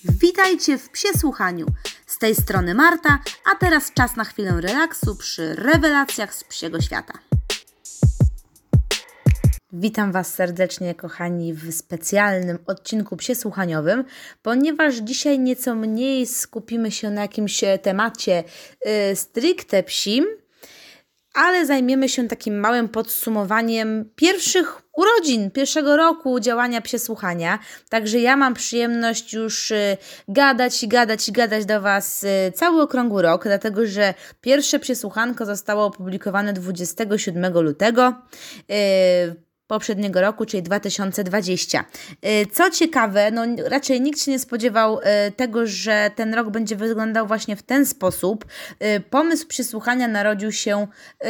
Witajcie w Psie Słuchaniu. Z tej strony Marta, a teraz czas na chwilę relaksu przy rewelacjach z psiego świata. Witam Was serdecznie, kochani, w specjalnym odcinku psiesłuchaniowym, ponieważ dzisiaj nieco mniej skupimy się na jakimś temacie stricte psim, ale zajmiemy się takim małym podsumowaniem pierwszych urodzin, pierwszego roku działania Psiesłuchania. Także ja mam przyjemność już gadać do Was cały okrągły rok, dlatego że pierwsze Psiesłuchanko zostało opublikowane 27 lutego poprzedniego roku, czyli 2020. Co ciekawe, raczej nikt się nie spodziewał tego, że ten rok będzie wyglądał właśnie w ten sposób. Pomysł Psiesłuchania narodził się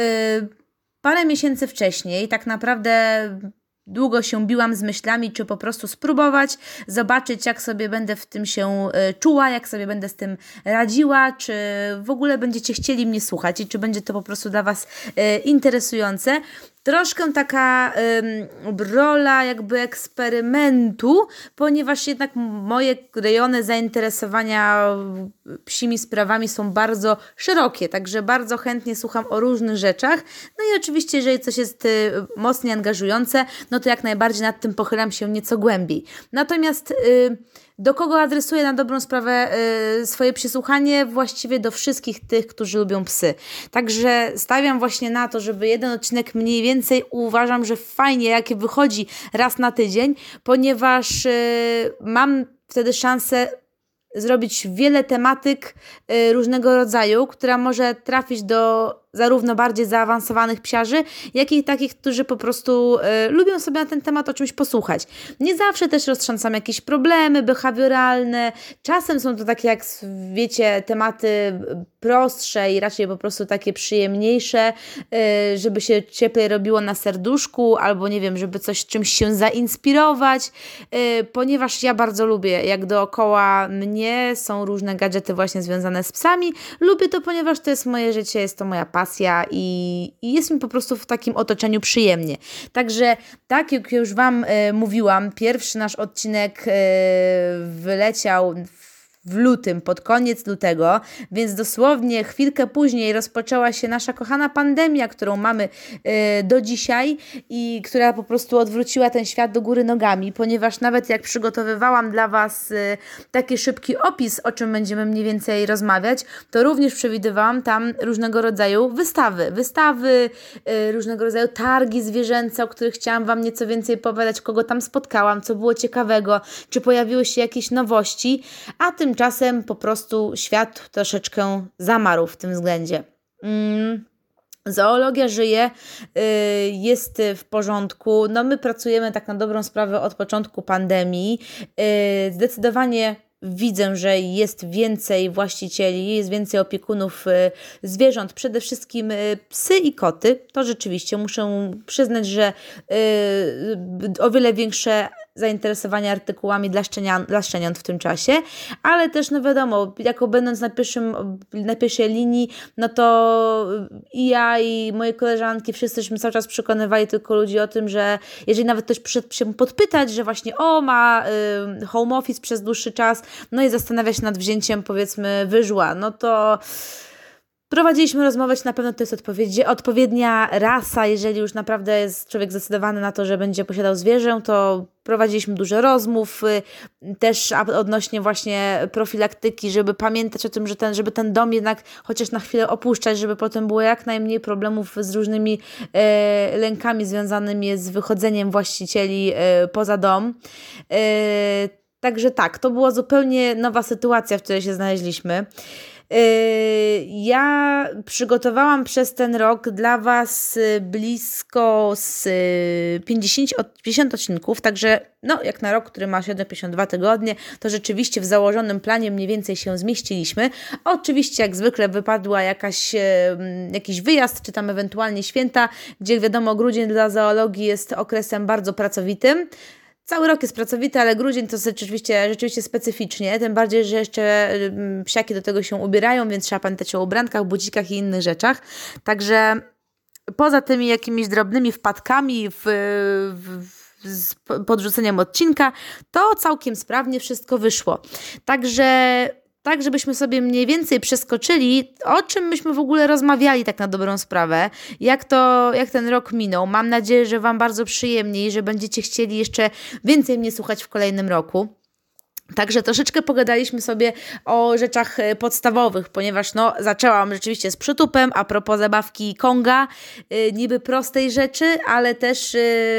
parę miesięcy wcześniej. Tak naprawdę długo się biłam z myślami, czy po prostu spróbować, zobaczyć, jak sobie będę w tym się czuła, jak sobie będę z tym radziła, czy w ogóle będziecie chcieli mnie słuchać i czy będzie to po prostu dla Was interesujące. Troszkę taka rola jakby eksperymentu, ponieważ jednak moje rejony zainteresowania psimi sprawami są bardzo szerokie, także bardzo chętnie słucham o różnych rzeczach. No i oczywiście, jeżeli coś jest mocniej angażujące, no to jak najbardziej nad tym pochylam się nieco głębiej. Natomiast do kogo adresuję na dobrą sprawę swoje Psiesłuchanie? Właściwie do wszystkich tych, którzy lubią psy. Także stawiam właśnie na to, żeby jeden odcinek mniej więcej uważam, że fajnie, jakie wychodzi raz na tydzień, ponieważ mam wtedy szansę zrobić wiele tematyk różnego rodzaju, która może trafić do zarówno bardziej zaawansowanych psiarzy, jak i takich, którzy po prostu lubią sobie na ten temat o czymś posłuchać. Nie zawsze też roztrząsam jakieś problemy behawioralne. Czasem są to takie, jak wiecie, tematy prostsze i raczej po prostu takie przyjemniejsze, żeby się cieplej robiło na serduszku, albo nie wiem, żeby czymś się zainspirować, ponieważ ja bardzo lubię, jak dookoła mnie są różne gadżety właśnie związane z psami. Lubię to, ponieważ to jest moje życie, jest to moja pasja i jest mi po prostu w takim otoczeniu przyjemnie. Także tak jak już Wam mówiłam, pierwszy nasz odcinek wyleciał w lutym, pod koniec lutego, więc dosłownie chwilkę później rozpoczęła się nasza kochana pandemia, którą mamy do dzisiaj i która po prostu odwróciła ten świat do góry nogami, ponieważ nawet jak przygotowywałam dla Was taki szybki opis, o czym będziemy mniej więcej rozmawiać, to również przewidywałam tam różnego rodzaju wystawy, różnego rodzaju targi zwierzęce, o których chciałam Wam nieco więcej powiedzieć, kogo tam spotkałam, co było ciekawego, czy pojawiły się jakieś nowości, a tymczasem po prostu świat troszeczkę zamarł w tym względzie. Zoologia żyje, jest w porządku. My pracujemy tak na dobrą sprawę od początku pandemii. Zdecydowanie widzę, że jest więcej właścicieli, jest więcej opiekunów zwierząt, przede wszystkim psy i koty. To rzeczywiście muszę przyznać, że o wiele większe zainteresowanie artykułami dla szczeniąt w tym czasie, ale też wiadomo, jako będąc na pierwszej linii, no to i ja i moje koleżanki, wszyscyśmy cały czas przekonywali tylko ludzi o tym, że jeżeli nawet ktoś przyszedł się podpytać, że właśnie ma home office przez dłuższy czas, no i zastanawia się nad wzięciem, powiedzmy, wyżła, no to prowadziliśmy rozmowę, czy na pewno to jest odpowiednia rasa, jeżeli już naprawdę jest człowiek zdecydowany na to, że będzie posiadał zwierzę, to prowadziliśmy dużo rozmów, też odnośnie właśnie profilaktyki, żeby pamiętać o tym, żeby ten dom jednak chociaż na chwilę opuszczać, żeby potem było jak najmniej problemów z różnymi lękami związanymi z wychodzeniem właścicieli poza dom. Także tak, to była zupełnie nowa sytuacja, w której się znaleźliśmy. Ja przygotowałam przez ten rok dla Was blisko z 50 odcinków, także jak na rok, który ma 752 tygodnie, to rzeczywiście w założonym planie mniej więcej się zmieściliśmy. Oczywiście jak zwykle wypadła jakiś wyjazd, czy tam ewentualnie święta, gdzie wiadomo, grudzień dla zoologii jest okresem bardzo pracowitym. Cały rok jest pracowity, ale grudzień to rzeczywiście specyficznie, tym bardziej, że jeszcze psiaki do tego się ubierają, więc trzeba pamiętać o ubrankach, bucikach i innych rzeczach. Także poza tymi jakimiś drobnymi wpadkami w z podrzuceniem odcinka, to całkiem sprawnie wszystko wyszło. Także tak, żebyśmy sobie mniej więcej przeskoczyli, o czym myśmy w ogóle rozmawiali tak na dobrą sprawę, jak ten rok minął. Mam nadzieję, że Wam bardzo przyjemnie i że będziecie chcieli jeszcze więcej mnie słuchać w kolejnym roku. Także troszeczkę pogadaliśmy sobie o rzeczach podstawowych, ponieważ zaczęłam rzeczywiście z przytupem, a propos zabawki Konga, niby prostej rzeczy, ale też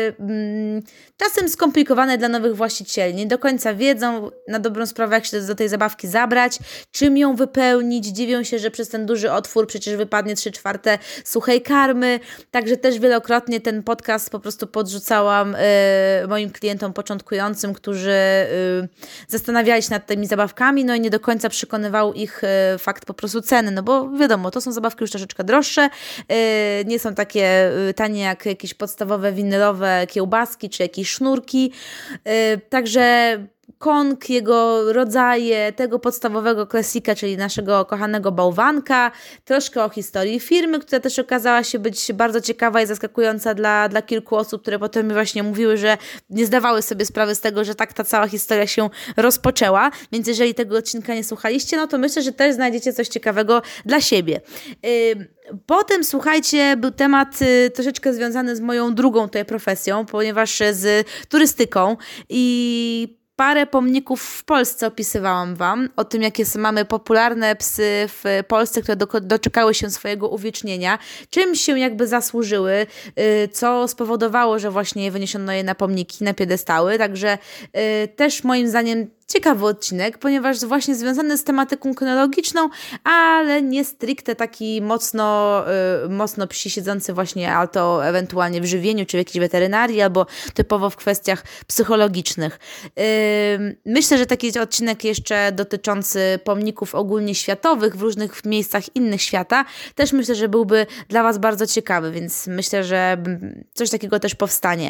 czasem skomplikowane dla nowych właścicieli. Nie do końca wiedzą na dobrą sprawę, jak się do tej zabawki zabrać, czym ją wypełnić. Dziwią się, że przez ten duży otwór przecież wypadnie 3/4 suchej karmy. Także też wielokrotnie ten podcast po prostu podrzucałam moim klientom początkującym, którzy zastanawiali się nad tymi zabawkami, i nie do końca przekonywał ich fakt po prostu ceny, bo wiadomo, to są zabawki już troszeczkę droższe, nie są takie tanie jak jakieś podstawowe winylowe kiełbaski czy jakieś sznurki, także Kong, jego rodzaje, tego podstawowego klasika, czyli naszego kochanego bałwanka, troszkę o historii firmy, która też okazała się być bardzo ciekawa i zaskakująca dla kilku osób, które potem mi właśnie mówiły, że nie zdawały sobie sprawy z tego, że tak ta cała historia się rozpoczęła, więc jeżeli tego odcinka nie słuchaliście, to myślę, że też znajdziecie coś ciekawego dla siebie. Potem, słuchajcie, był temat troszeczkę związany z moją drugą tutaj profesją, ponieważ z turystyką i parę pomników w Polsce opisywałam Wam, o tym, jakie mamy popularne psy w Polsce, które doczekały się swojego uwiecznienia, czym się jakby zasłużyły, co spowodowało, że właśnie wyniesiono je na pomniki, na piedestały, także też moim zdaniem ciekawy odcinek, ponieważ właśnie związany z tematyką kynologiczną, ale nie stricte taki mocno psi siedzący właśnie, ale to ewentualnie w żywieniu, czy w jakiejś weterynarii, albo typowo w kwestiach psychologicznych. Myślę, że taki odcinek jeszcze dotyczący pomników ogólnie światowych w różnych miejscach innych świata, też myślę, że byłby dla Was bardzo ciekawy, więc myślę, że coś takiego też powstanie.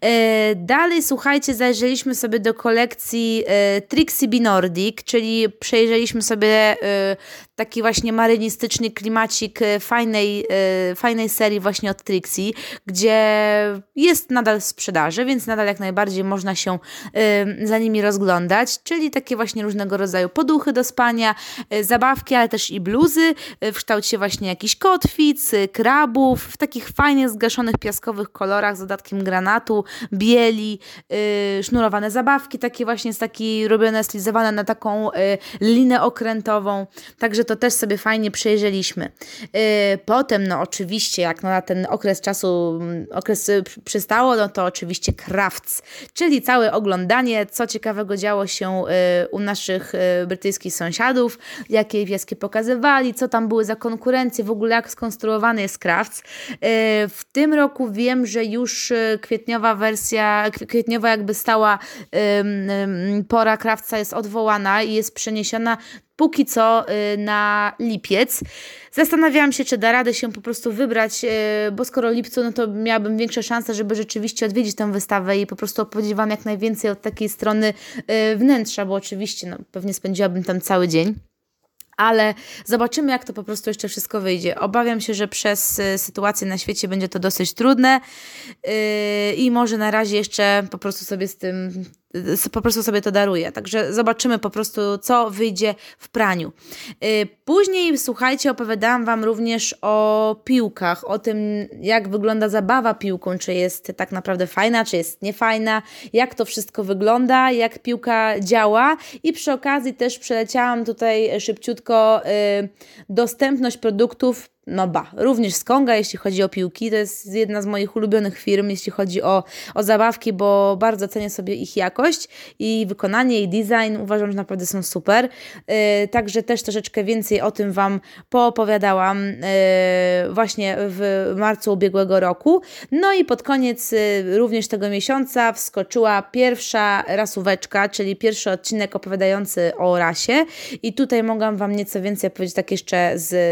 Dalej, słuchajcie, zajrzeliśmy sobie do kolekcji Trixie Bee Nordic, czyli przejrzeliśmy sobie taki właśnie marynistyczny klimacik fajnej serii właśnie od Trixie, gdzie jest nadal w sprzedaży, więc nadal jak najbardziej można się za nimi rozglądać, czyli takie właśnie różnego rodzaju poduchy do spania, zabawki, ale też i bluzy w kształcie właśnie jakichś kotwic, krabów, w takich fajnych, zgaszonych piaskowych kolorach z dodatkiem granatu, bieli, sznurowane zabawki, takie właśnie robione, stylizowane na taką linę okrętową, także to też sobie fajnie przejrzeliśmy. Potem, oczywiście, jak na ten okres przystało, to oczywiście crafts, czyli całe oglądanie, co ciekawego działo się u naszych brytyjskich sąsiadów, jakie pieski pokazywali, co tam były za konkurencje, w ogóle jak skonstruowany jest crafts. W tym roku wiem, że już kwietniowa jakby stała pora Krawca jest odwołana i jest przeniesiona póki co na lipiec. Zastanawiałam się, czy da radę się po prostu wybrać, bo skoro lipcu, to miałabym większe szanse, żeby rzeczywiście odwiedzić tę wystawę i po prostu opowiedzieć Wam jak najwięcej od takiej strony wnętrza, bo oczywiście pewnie spędziłabym tam cały dzień. Ale zobaczymy, jak to po prostu jeszcze wszystko wyjdzie. Obawiam się, że przez sytuację na świecie będzie to dosyć trudne i może na razie jeszcze po prostu sobie to daruję. Także zobaczymy po prostu, co wyjdzie w praniu. Później, słuchajcie, opowiadałam Wam również o piłkach, o tym, jak wygląda zabawa piłką, czy jest tak naprawdę fajna, czy jest niefajna, jak to wszystko wygląda, jak piłka działa i przy okazji też przeleciałam tutaj szybciutko dostępność produktów, również z Konga, jeśli chodzi o piłki. To jest jedna z moich ulubionych firm, jeśli chodzi o zabawki, bo bardzo cenię sobie ich jakość i wykonanie, i design. Uważam, że naprawdę są super. Także też troszeczkę więcej o tym Wam poopowiadałam właśnie w marcu ubiegłego roku. I pod koniec również tego miesiąca wskoczyła pierwsza rasóweczka, czyli pierwszy odcinek opowiadający o rasie. I tutaj mogłam Wam nieco więcej powiedzieć tak jeszcze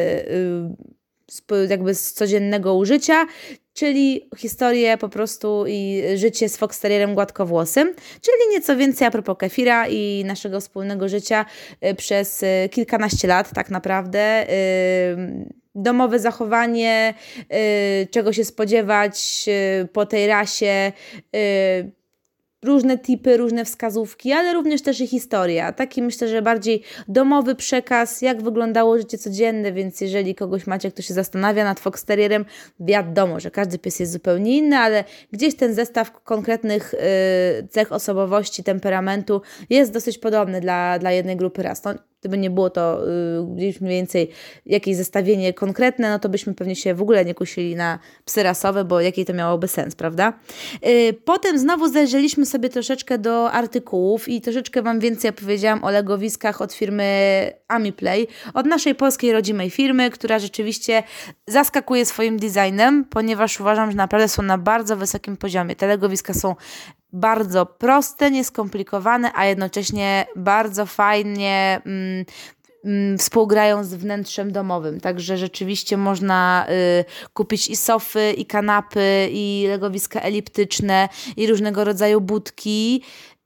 z codziennego użycia, czyli historię po prostu i życie z fox terrierem gładkowłosym, czyli nieco więcej a propos kefira i naszego wspólnego życia przez kilkanaście lat tak naprawdę. Domowe zachowanie, czego się spodziewać po tej rasie, różne tipy, różne wskazówki, ale również też i historia. Taki myślę, że bardziej domowy przekaz, jak wyglądało życie codzienne, więc jeżeli kogoś macie, kto się zastanawia nad Fox Terrierem, wiadomo, że każdy pies jest zupełnie inny, ale gdzieś ten zestaw konkretnych cech osobowości, temperamentu jest dosyć podobny dla jednej grupy ras. No, gdyby nie było to gdzieś mniej więcej jakieś zestawienie konkretne, no to byśmy pewnie się w ogóle nie kusili na psy rasowe, bo jaki to miałoby sens, prawda? Potem znowu zajrzeliśmy sobie troszeczkę do artykułów i troszeczkę Wam więcej opowiedziałam o legowiskach od firmy AmiPlay, od naszej polskiej rodzimej firmy, która rzeczywiście zaskakuje swoim designem, ponieważ uważam, że naprawdę są na bardzo wysokim poziomie. Te legowiska są bardzo proste, nieskomplikowane, a jednocześnie bardzo fajnie współgrają z wnętrzem domowym. Także rzeczywiście można kupić i sofy, i kanapy, i legowiska eliptyczne, i różnego rodzaju budki.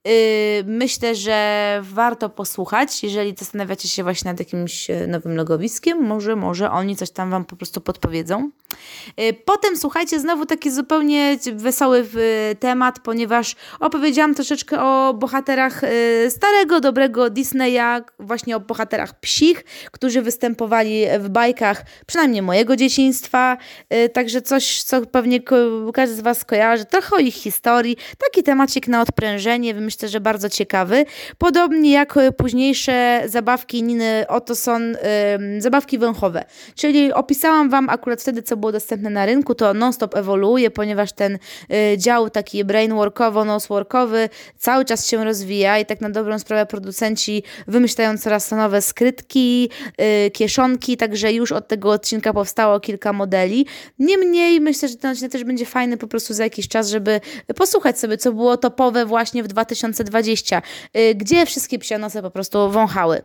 Myślę, że warto posłuchać, jeżeli zastanawiacie się właśnie nad jakimś nowym legowiskiem, może oni coś tam Wam po prostu podpowiedzą. Potem słuchajcie, znowu taki zupełnie wesoły temat, ponieważ opowiedziałam troszeczkę o bohaterach starego, dobrego Disneya, właśnie o bohaterach psich, którzy występowali w bajkach, przynajmniej mojego dzieciństwa, także coś, co pewnie każdy z Was kojarzy, trochę o ich historii, taki temacik na odprężenie, myślę, że bardzo ciekawy. Podobnie jak późniejsze zabawki Niny Ottosson, zabawki węchowe. Czyli opisałam Wam akurat wtedy, co było dostępne na rynku, to non-stop ewoluuje, ponieważ ten dział taki brainworkowo-noseworkowy cały czas się rozwija i tak na dobrą sprawę producenci wymyślają coraz nowe skrytki, kieszonki, także już od tego odcinka powstało kilka modeli. Niemniej myślę, że ten odcinek też będzie fajny po prostu za jakiś czas, żeby posłuchać sobie, co było topowe właśnie w 2020, gdzie wszystkie psianosy po prostu wąchały.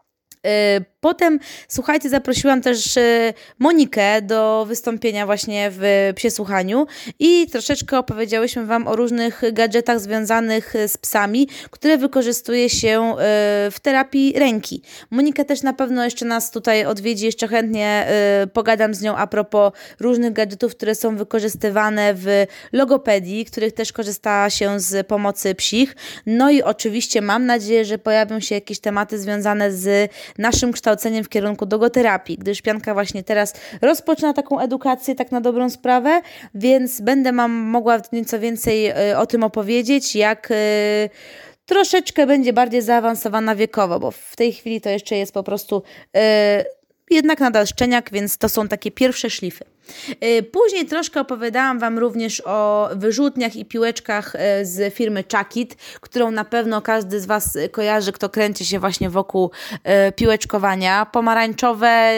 Potem, słuchajcie, zaprosiłam też Monikę do wystąpienia właśnie w Psiesłuchaniu i troszeczkę opowiedziałyśmy Wam o różnych gadżetach związanych z psami, które wykorzystuje się w terapii ręki. Monika też na pewno jeszcze nas tutaj odwiedzi, jeszcze chętnie pogadam z nią a propos różnych gadżetów, które są wykorzystywane w logopedii, których też korzysta się z pomocy psich. No i oczywiście mam nadzieję, że pojawią się jakieś tematy związane z naszym kształceniem w kierunku dogoterapii, gdyż Pianka właśnie teraz rozpoczyna taką edukację, tak na dobrą sprawę, więc będę mogła nieco więcej o tym opowiedzieć, jak troszeczkę będzie bardziej zaawansowana wiekowo, bo w tej chwili to jeszcze jest po prostu jednak nadal szczeniak, więc to są takie pierwsze szlify. Później troszkę opowiadałam Wam również o wyrzutniach i piłeczkach z firmy Chuckit, którą na pewno każdy z Was kojarzy, kto kręci się właśnie wokół piłeczkowania. Pomarańczowe,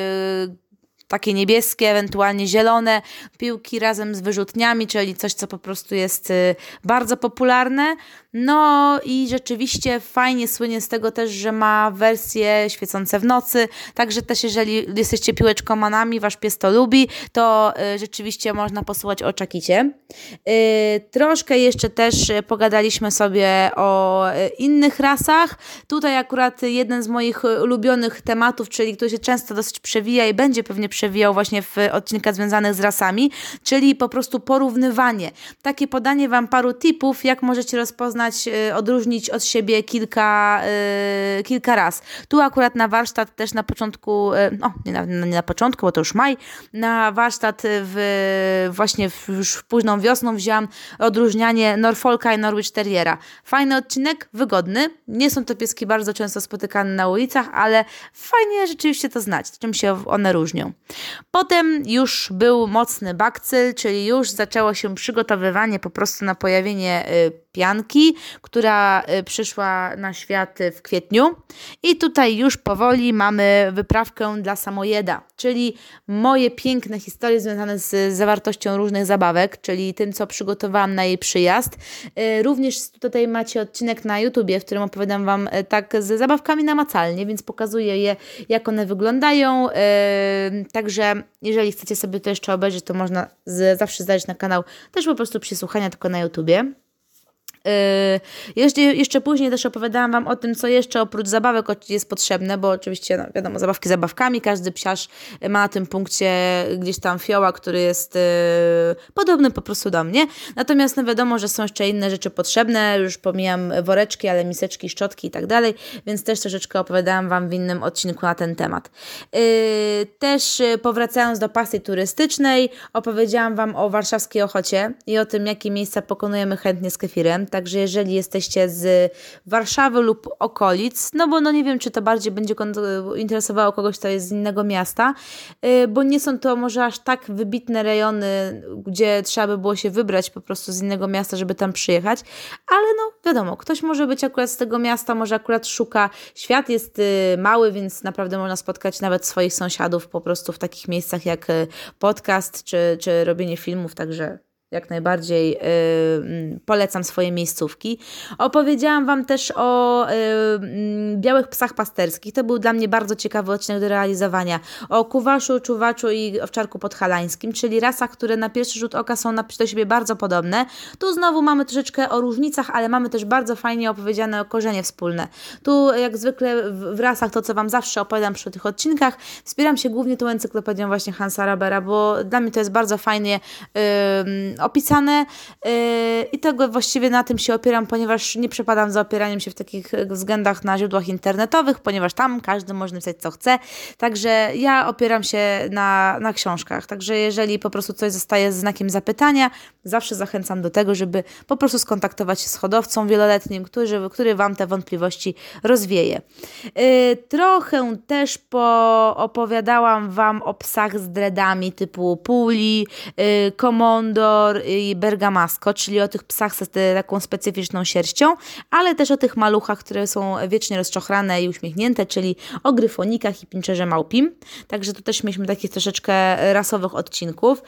takie niebieskie, ewentualnie zielone piłki razem z wyrzutniami, czyli coś, co po prostu jest bardzo popularne. No i rzeczywiście fajnie słynie z tego też, że ma wersje świecące w nocy, także też jeżeli jesteście piłeczkomanami, Wasz pies to lubi, to rzeczywiście można posłuchać o Chuckicie. Troszkę jeszcze też pogadaliśmy sobie o innych rasach. Tutaj akurat jeden z moich ulubionych tematów, czyli który się często dosyć przewija i będzie pewnie przewijał właśnie w odcinkach związanych z rasami, czyli po prostu porównywanie. Takie podanie Wam paru tipów, jak możecie rozpoznać, odróżnić od siebie kilka raz. Tu akurat na warsztat też na początku, nie na początku, bo to już maj, na warsztat właśnie już późną wiosną wzięłam odróżnianie Norfolka i Norwich Terriera. Fajny odcinek, wygodny. Nie są to pieski bardzo często spotykane na ulicach, ale fajnie rzeczywiście to znać, czym się one różnią. Potem już był mocny bakcyl, czyli już zaczęło się przygotowywanie po prostu na pojawienie Pianki, która przyszła na świat w kwietniu i tutaj już powoli mamy wyprawkę dla samojeda, czyli moje piękne historie związane z zawartością różnych zabawek, czyli tym, co przygotowałam na jej przyjazd. Również tutaj macie odcinek na YouTubie, w którym opowiadam Wam tak z zabawkami namacalnie, więc pokazuję je, jak one wyglądają. Także jeżeli chcecie sobie to jeszcze obejrzeć, to można zawsze zajrzeć na kanał też po prostu Psiesłuchania, tylko na YouTubie. Jeszcze później też opowiadałam Wam o tym, co jeszcze oprócz zabawek jest potrzebne, bo oczywiście, no wiadomo, zabawki zabawkami, każdy psiarz ma na tym punkcie gdzieś tam fioła, który jest podobny po prostu do mnie. Natomiast no wiadomo, że są jeszcze inne rzeczy potrzebne, już pomijam woreczki, ale miseczki, szczotki i tak dalej, więc też troszeczkę opowiadałam Wam w innym odcinku na ten temat. Też powracając do pasji turystycznej, opowiedziałam Wam o warszawskiej Ochocie i o tym, jakie miejsca pokonujemy chętnie z kefirem. Także jeżeli jesteście z Warszawy lub okolic, no bo no nie wiem, czy to bardziej będzie interesowało kogoś, kto jest z innego miasta, bo nie są to może aż tak wybitne rejony, gdzie trzeba by było się wybrać po prostu z innego miasta, żeby tam przyjechać, ale no wiadomo, ktoś może być akurat z tego miasta, może akurat szuka. Świat jest mały, więc naprawdę można spotkać nawet swoich sąsiadów po prostu w takich miejscach jak podcast czy robienie filmów, także jak najbardziej polecam swoje miejscówki. Opowiedziałam Wam też o białych psach pasterskich. To był dla mnie bardzo ciekawy odcinek do realizowania. O kuwaszu, czuwaczu i owczarku podhalańskim, czyli rasach, które na pierwszy rzut oka są do siebie bardzo podobne. Tu znowu mamy troszeczkę o różnicach, ale mamy też bardzo fajnie opowiedziane o korzenie wspólne. Tu jak zwykle w rasach, to co Wam zawsze opowiadam przy tych odcinkach, wspieram się głównie tą encyklopedią właśnie Hansa Rabera, bo dla mnie to jest bardzo fajnie opisane i tego właściwie na tym się opieram, ponieważ nie przepadam za opieraniem się w takich względach na źródłach internetowych, ponieważ tam każdy może napisać co chce, także ja opieram się na książkach, także jeżeli po prostu coś zostaje z znakiem zapytania, zawsze zachęcam do tego, żeby po prostu skontaktować się z hodowcą wieloletnim, który Wam te wątpliwości rozwieje. Trochę też opowiadałam Wam o psach z dreadami typu Puli, Komondor i Bergamasco, czyli o tych psach z taką specyficzną sierścią, ale też o tych maluchach, które są wiecznie rozczochrane i uśmiechnięte, czyli o gryfonikach i pinczerze małpim. Także tu też mieliśmy takich troszeczkę rasowych odcinków.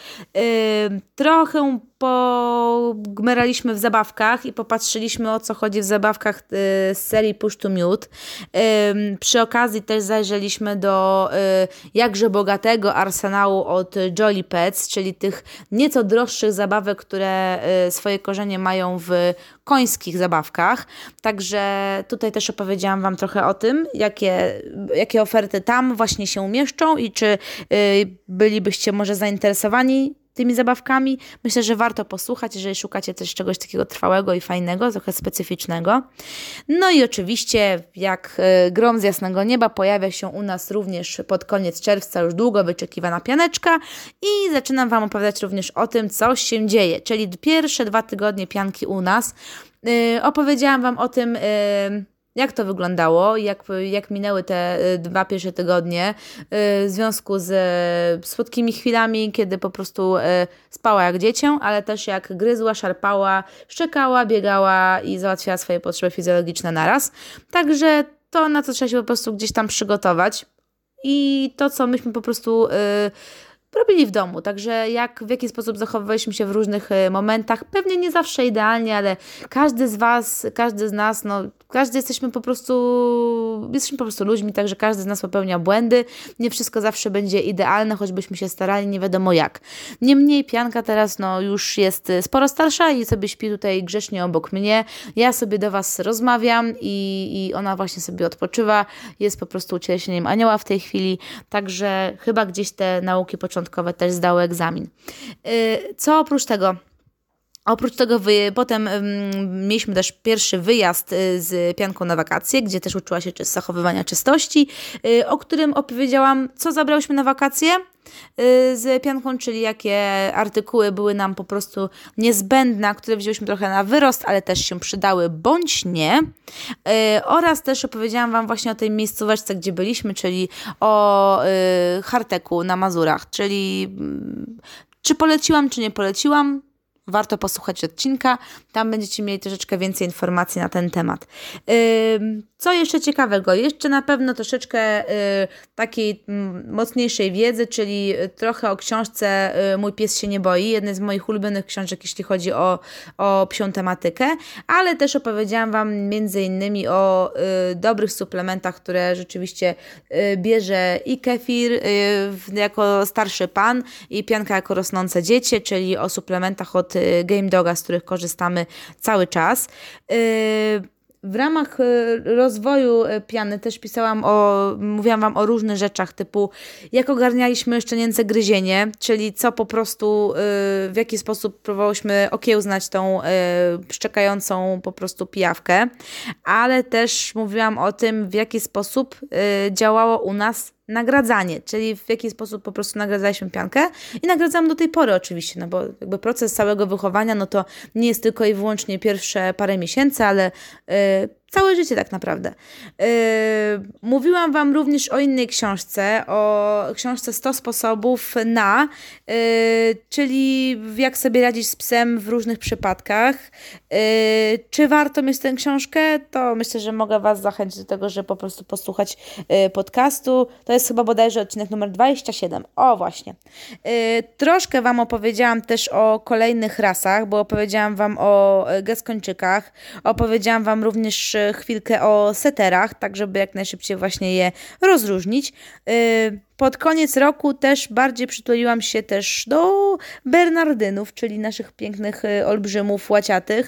Trochę pogmeraliśmy w zabawkach i popatrzyliśmy, o co chodzi w zabawkach z serii Push to Mute. Przy okazji też zajrzeliśmy do jakże bogatego arsenału od Jolly Pets, czyli tych nieco droższych zabawek, które swoje korzenie mają w końskich zabawkach. Także tutaj też opowiedziałam Wam trochę o tym, jakie oferty tam właśnie się umieszczą i czy bylibyście może zainteresowani tymi zabawkami. Myślę, że warto posłuchać, jeżeli szukacie też czegoś takiego trwałego i fajnego, trochę specyficznego. No i oczywiście, jak grom z jasnego nieba, pojawia się u nas również pod koniec czerwca już długo wyczekiwana pianeczka i zaczynam Wam opowiadać również o tym, co się dzieje, czyli pierwsze 2 tygodnie pianki u nas. Opowiedziałam Wam o tym, jak to wyglądało, jak minęły te 2 pierwsze tygodnie w związku z słodkimi chwilami, kiedy po prostu spała jak dziecię, ale też jak gryzła, szarpała, szczekała, biegała i załatwiała swoje potrzeby fizjologiczne naraz. Także to, na co trzeba się po prostu gdzieś tam przygotować i to, co myśmy po prostu robili w domu, także w jaki sposób zachowywaliśmy się w różnych momentach, pewnie nie zawsze idealnie, ale każdy z Was, każdy z nas, jesteśmy po prostu ludźmi, także każdy z nas popełnia błędy, nie wszystko zawsze będzie idealne, choćbyśmy się starali, nie wiadomo jak. Niemniej pianka teraz już jest sporo starsza i sobie śpi tutaj grzecznie obok mnie, ja sobie do Was rozmawiam i ona właśnie sobie odpoczywa, jest po prostu ucieleśnieniem anioła w tej chwili, także chyba gdzieś te nauki początkowe też zdały egzamin. Co oprócz tego? Potem mieliśmy też pierwszy wyjazd z pianką na wakacje, gdzie też uczyła się zachowywania czystości, o którym opowiedziałam, co zabrałyśmy na wakacje z pianką, czyli jakie artykuły były nam po prostu niezbędne, które wzięliśmy trochę na wyrost, ale też się przydały bądź nie. Oraz też opowiedziałam Wam właśnie o tej miejscóweczce, gdzie byliśmy, czyli o Harteku na Mazurach, czyli czy poleciłam, czy nie poleciłam. Warto posłuchać odcinka, tam będziecie mieli troszeczkę więcej informacji na ten temat. Co jeszcze ciekawego? Jeszcze na pewno troszeczkę takiej mocniejszej wiedzy, czyli trochę o książce Mój pies się nie boi, jednej z moich ulubionych książek, jeśli chodzi o psią tematykę, ale też opowiedziałam Wam między innymi o dobrych suplementach, które rzeczywiście bierze i kefir jako starszy pan i pianka jako rosnące dziecię, czyli o suplementach od od Game Doga, z których korzystamy cały czas. W ramach rozwoju piany też mówiłam Wam o różnych rzeczach, typu jak ogarnialiśmy szczenięce gryzienie, czyli co po prostu, w jaki sposób próbowałyśmy okiełznać tą szczekającą po prostu pijawkę, ale też mówiłam o tym, w jaki sposób działało u nas nagradzanie, czyli w jaki sposób po prostu nagradzaliśmy piankę i nagradzam do tej pory oczywiście, no bo jakby proces całego wychowania, no to nie jest tylko i wyłącznie pierwsze parę miesięcy, ale całe życie tak naprawdę. Mówiłam Wam również o innej książce, o książce 100 sposobów na, czyli jak sobie radzić z psem w różnych przypadkach. Czy warto mieć tę książkę? To myślę, że mogę Was zachęcić do tego, żeby po prostu posłuchać podcastu. To jest chyba bodajże odcinek numer 27. O, właśnie. Troszkę Wam opowiedziałam też o kolejnych rasach, bo opowiedziałam Wam o gaskończykach, opowiedziałam Wam również chwilkę o seterach, tak żeby jak najszybciej właśnie je rozróżnić. Pod koniec roku też bardziej przytuliłam się też do Bernardynów, czyli naszych pięknych olbrzymów łaciatych.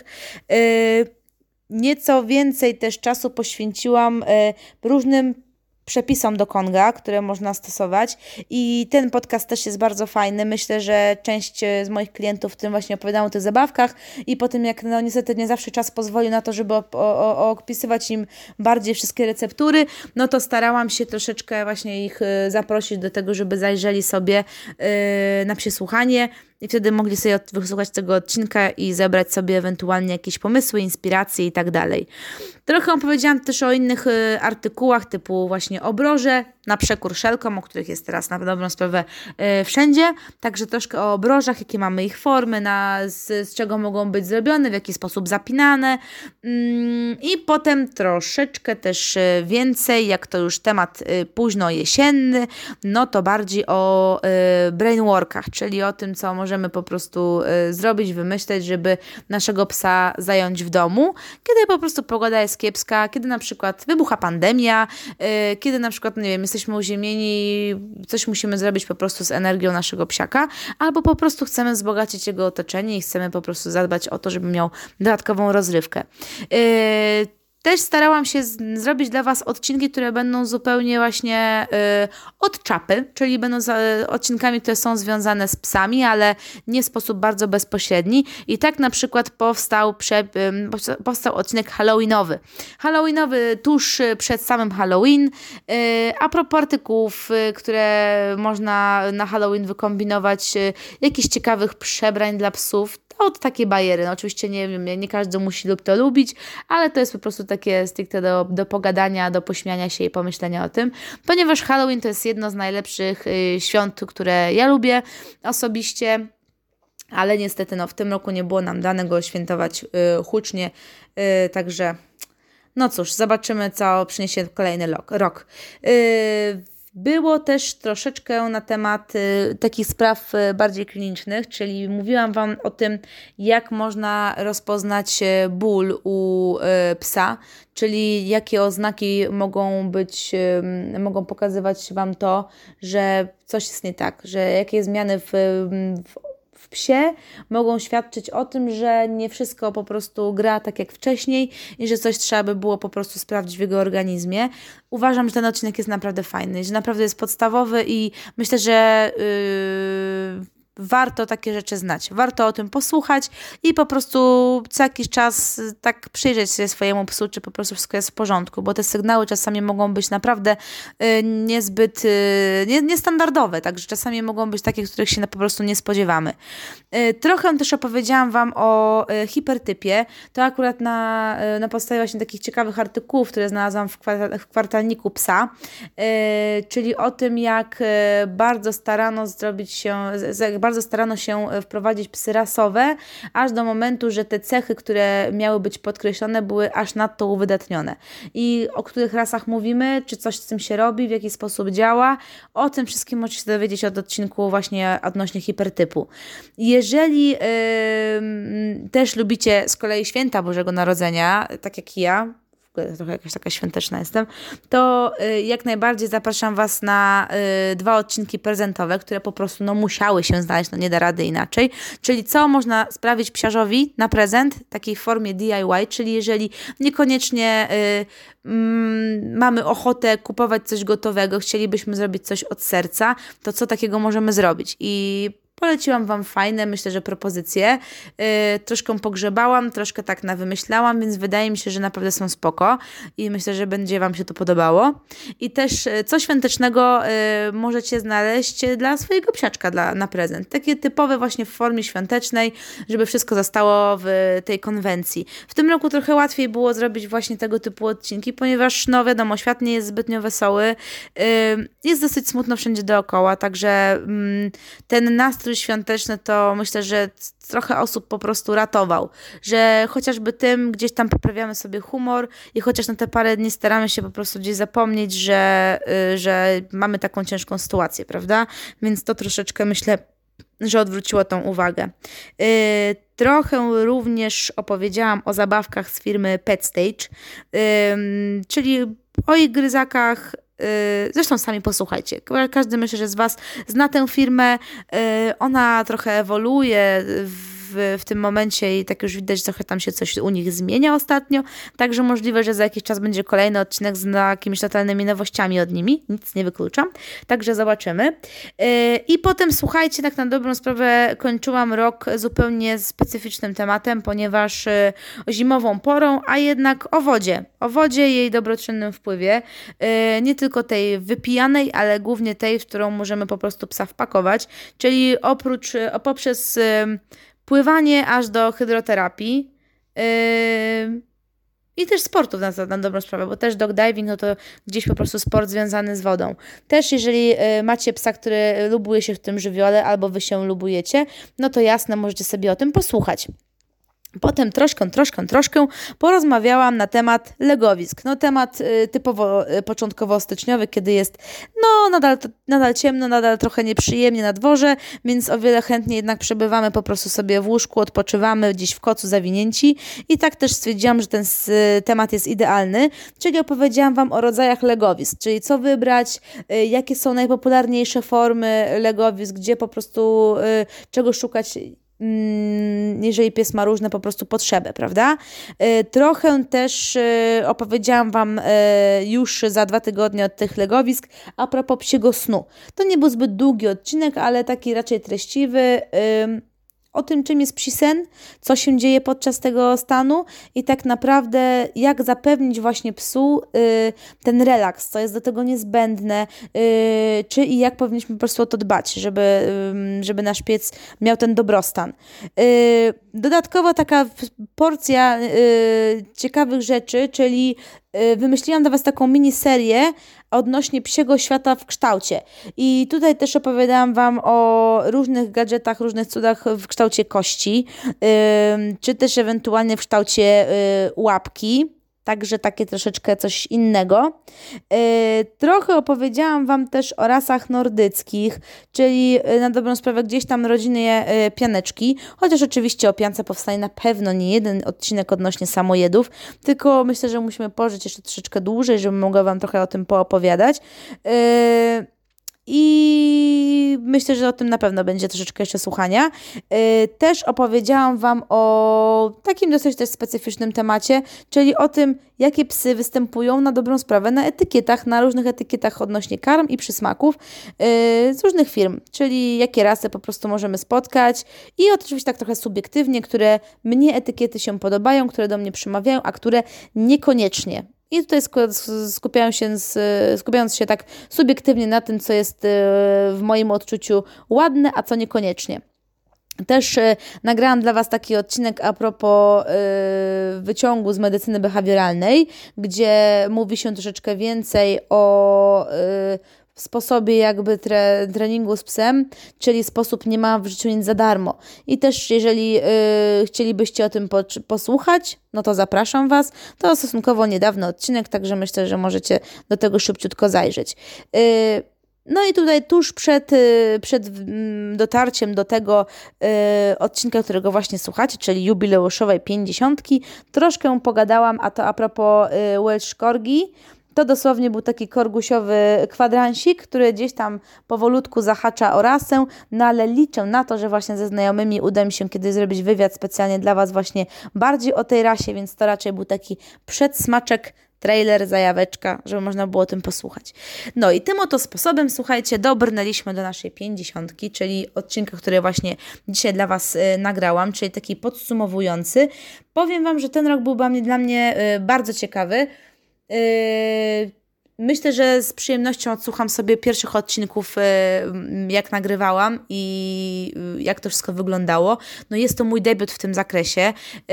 Nieco więcej też czasu poświęciłam różnym przepisom do Konga, które można stosować i ten podcast też jest bardzo fajny. Myślę, że część z moich klientów w tym właśnie opowiadają o tych zabawkach i po tym jak no niestety nie zawsze czas pozwolił na to, żeby opisywać im bardziej wszystkie receptury, no to starałam się troszeczkę właśnie ich zaprosić do tego, żeby zajrzeli sobie na przesłuchanie i wtedy mogli sobie wysłuchać tego odcinka i zebrać sobie ewentualnie jakieś pomysły, inspiracje i tak dalej. Trochę opowiedziałam też o innych artykułach typu właśnie obroże, na przekór szelkom, o których jest teraz na dobrą sprawę wszędzie. Także troszkę o obrożach, jakie mamy ich formy, z czego mogą być zrobione, w jaki sposób zapinane. I potem troszeczkę też więcej, jak to już temat późno jesienny, no to bardziej o brainworkach, czyli o tym, co możemy po prostu zrobić, wymyśleć, żeby naszego psa zająć w domu, kiedy po prostu pogoda jest kiepska, kiedy na przykład wybucha pandemia, kiedy na przykład, nie wiem, jesteśmy uziemieni, coś musimy zrobić po prostu z energią naszego psiaka, albo po prostu chcemy wzbogacić jego otoczenie i chcemy po prostu zadbać o to, żeby miał dodatkową rozrywkę. Też starałam się zrobić dla Was odcinki, które będą zupełnie właśnie od czapy, czyli będą odcinkami, które są związane z psami, ale nie w sposób bardzo bezpośredni. I tak na przykład powstał odcinek halloweenowy. Halloweenowy tuż przed samym Halloween. A propos artykułów, które można na Halloween wykombinować, jakichś ciekawych przebrań dla psów. To takie bajery. No oczywiście nie wiem, nie każdy musi lub to lubić, ale to jest po prostu takie stricte do pogadania, do pośmiania się i pomyślenia o tym, ponieważ Halloween to jest jedno z najlepszych świąt, które ja lubię osobiście, ale niestety no, w tym roku nie było nam dane go świętować hucznie, także no cóż, zobaczymy, co przyniesie kolejny rok. Było też troszeczkę na temat takich spraw bardziej klinicznych, czyli mówiłam Wam o tym, jak można rozpoznać ból u psa, czyli jakie oznaki mogą pokazywać Wam to, że coś jest nie tak, że jakie zmiany w psie mogą świadczyć o tym, że nie wszystko po prostu gra tak jak wcześniej i że coś trzeba by było po prostu sprawdzić w jego organizmie. Uważam, że ten odcinek jest naprawdę fajny, że naprawdę jest podstawowy i myślę, że warto takie rzeczy znać. Warto o tym posłuchać i po prostu co jakiś czas tak przyjrzeć się swojemu psu, czy po prostu wszystko jest w porządku, bo te sygnały czasami mogą być naprawdę niezbyt niestandardowe, także czasami mogą być takie, których się po prostu nie spodziewamy. Trochę też opowiedziałam Wam o hipertypie. To akurat na podstawie właśnie takich ciekawych artykułów, które znalazłam w kwartalniku psa, czyli o tym, jak bardzo starano się wprowadzić psy rasowe, aż do momentu, że te cechy, które miały być podkreślone, były aż nadto uwydatnione. I o których rasach mówimy, czy coś z tym się robi, w jaki sposób działa, o tym wszystkim możecie się dowiedzieć od odcinku właśnie odnośnie hipertypu. Jeżeli też lubicie z kolei święta Bożego Narodzenia, tak jak ja, trochę jakaś taka świąteczna jestem, to jak najbardziej zapraszam Was na 2 odcinki prezentowe, które po prostu musiały się znaleźć, nie da rady inaczej. Czyli co można sprawić psiarzowi na prezent, takiej formie DIY, czyli jeżeli niekoniecznie mamy ochotę kupować coś gotowego, chcielibyśmy zrobić coś od serca, to co takiego możemy zrobić? I poleciłam Wam fajne, myślę, że propozycje. Troszkę pogrzebałam, troszkę tak nawymyślałam, więc wydaje mi się, że naprawdę są spoko i myślę, że będzie Wam się to podobało. I też coś świątecznego możecie znaleźć dla swojego psiaczka na prezent. Takie typowe właśnie w formie świątecznej, żeby wszystko zostało w tej konwencji. W tym roku trochę łatwiej było zrobić właśnie tego typu odcinki, ponieważ wiadomo, świat nie jest zbytnio wesoły. Jest dosyć smutno wszędzie dookoła, także ten nastrój świąteczny to myślę, że trochę osób po prostu ratował, że chociażby tym gdzieś tam poprawiamy sobie humor i chociaż na te parę dni staramy się po prostu gdzieś zapomnieć, że mamy taką ciężką sytuację, prawda? Więc to troszeczkę myślę, że odwróciło tą uwagę. Trochę również opowiedziałam o zabawkach z firmy PetStage, czyli o ich gryzakach. Zresztą sami posłuchajcie. Każdy, myślę, że z Was zna tę firmę. Ona trochę ewoluuje w tym momencie i tak już widać, że trochę tam się coś u nich zmienia ostatnio. Także możliwe, że za jakiś czas będzie kolejny odcinek z jakimiś totalnymi nowościami od nimi. Nic nie wykluczam. Także zobaczymy. I potem słuchajcie, tak na dobrą sprawę kończyłam rok zupełnie specyficznym tematem, ponieważ zimową porą, a jednak o wodzie. O wodzie, jej dobroczynnym wpływie. Nie tylko tej wypijanej, ale głównie tej, w którą możemy po prostu psa wpakować. Czyli poprzez pływanie aż do hydroterapii i też sportów na dobrą sprawę, bo też dog diving, no to gdzieś po prostu sport związany z wodą. Też jeżeli macie psa, który lubuje się w tym żywiole, albo Wy się lubujecie, no to jasne, możecie sobie o tym posłuchać. Potem troszkę porozmawiałam na temat legowisk. Temat typowo początkowo styczniowy, kiedy jest nadal ciemno, nadal trochę nieprzyjemnie na dworze, więc o wiele chętniej jednak przebywamy po prostu sobie w łóżku, odpoczywamy gdzieś w kocu zawinięci i tak też stwierdziłam, że ten temat jest idealny, czyli opowiedziałam Wam o rodzajach legowisk, czyli co wybrać, jakie są najpopularniejsze formy legowisk, gdzie po prostu czego szukać, jeżeli pies ma różne po prostu potrzeby, prawda? Trochę też opowiedziałam Wam już za 2 tygodnie od tych legowisk a propos psiego snu. To nie był zbyt długi odcinek, ale taki raczej treściwy, o tym, czym jest psi sen, co się dzieje podczas tego stanu i tak naprawdę jak zapewnić właśnie psu ten relaks, co jest do tego niezbędne, czy i jak powinniśmy po prostu o to dbać, żeby nasz pies miał ten dobrostan. Dodatkowo taka porcja ciekawych rzeczy, czyli wymyśliłam dla Was taką miniserię odnośnie psiego świata w kształcie. I tutaj też opowiadałam Wam o różnych gadżetach, różnych cudach w kształcie kości, czy też ewentualnie w kształcie łapki. Także takie troszeczkę coś innego. Trochę opowiedziałam Wam też o rasach nordyckich, czyli na dobrą sprawę gdzieś tam rodziny pianeczki, chociaż oczywiście o piance powstanie na pewno nie jeden odcinek odnośnie samojedów, tylko myślę, że musimy pożyć jeszcze troszeczkę dłużej, żebym mogła Wam trochę o tym poopowiadać. I myślę, że o tym na pewno będzie troszeczkę jeszcze słuchania. Też opowiedziałam Wam o takim dosyć też specyficznym temacie, czyli o tym, jakie psy występują na dobrą sprawę na etykietach, na różnych etykietach odnośnie karm i przysmaków z różnych firm, czyli jakie rasy po prostu możemy spotkać i oczywiście tak trochę subiektywnie, które mnie etykiety się podobają, które do mnie przemawiają, a które niekoniecznie. I tutaj skupiając się tak subiektywnie na tym, co jest w moim odczuciu ładne, a co niekoniecznie. Też nagrałam dla Was taki odcinek a propos wyciągu z medycyny behawioralnej, gdzie mówi się troszeczkę więcej o sposobie jakby treningu z psem, czyli sposób nie ma w życiu nic za darmo. I też jeżeli chcielibyście o tym posłuchać, no to zapraszam Was. To stosunkowo niedawny odcinek, także myślę, że możecie do tego szybciutko zajrzeć. No i tutaj tuż przed dotarciem do tego odcinka, którego właśnie słuchacie, czyli jubileuszowej 50, troszkę pogadałam, a to a propos Welsh Corgi. To dosłownie był taki korgusiowy kwadransik, który gdzieś tam powolutku zahacza o rasę, no ale liczę na to, że właśnie ze znajomymi uda mi się kiedyś zrobić wywiad specjalnie dla Was właśnie bardziej o tej rasie, więc to raczej był taki przedsmaczek, trailer, zajaweczka, żeby można było o tym posłuchać. No i tym oto sposobem, słuchajcie, dobrnęliśmy do naszej 50, czyli odcinka, który właśnie dzisiaj dla Was nagrałam, czyli taki podsumowujący. Powiem Wam, że ten rok był dla mnie bardzo ciekawy. Myślę, że z przyjemnością odsłucham sobie pierwszych odcinków, jak nagrywałam i jak to wszystko wyglądało. No jest to mój debiut w tym zakresie.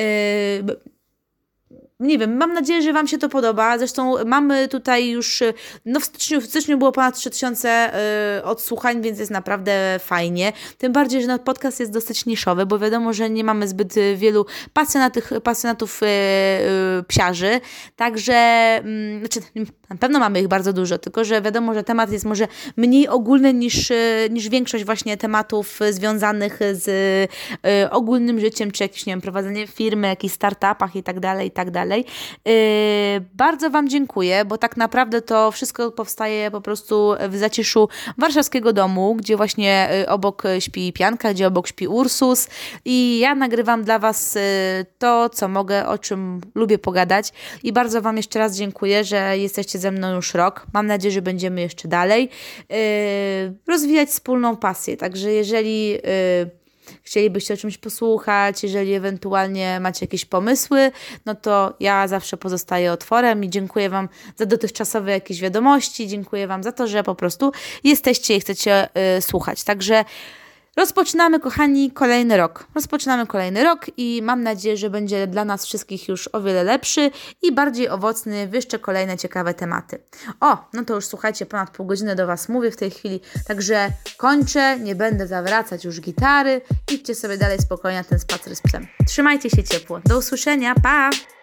Nie wiem, mam nadzieję, że Wam się to podoba. Zresztą mamy tutaj już, no w styczniu było ponad 3000 odsłuchań, więc jest naprawdę fajnie. Tym bardziej, że podcast jest dosyć niszowy, bo wiadomo, że nie mamy zbyt wielu pasjonatów psiarzy. Także, znaczy, na pewno mamy ich bardzo dużo, tylko że wiadomo, że temat jest może mniej ogólny niż większość właśnie tematów związanych z ogólnym życiem, czy jakimś, nie wiem, prowadzeniem firmy, jakichś startupach i tak dalej, i tak dalej. Bardzo Wam dziękuję, bo tak naprawdę to wszystko powstaje po prostu w zaciszu warszawskiego domu, gdzie właśnie obok śpi Pianka, gdzie obok śpi Ursus i ja nagrywam dla Was to, co mogę, o czym lubię pogadać i bardzo Wam jeszcze raz dziękuję, że jesteście ze mną już rok. Mam nadzieję, że będziemy jeszcze dalej rozwijać wspólną pasję, także jeżeli chcielibyście o czymś posłuchać, jeżeli ewentualnie macie jakieś pomysły, no to ja zawsze pozostaję otworem i dziękuję Wam za dotychczasowe jakieś wiadomości, dziękuję Wam za to, że po prostu jesteście i chcecie słuchać. Także rozpoczynamy, kochani, kolejny rok i mam nadzieję, że będzie dla nas wszystkich już o wiele lepszy i bardziej owocny w jeszcze kolejne ciekawe tematy. No to już słuchajcie, ponad pół godziny do Was mówię w tej chwili, także kończę, nie będę zawracać już gitary, idźcie sobie dalej spokojnie na ten spacer z psem. Trzymajcie się ciepło, do usłyszenia, pa!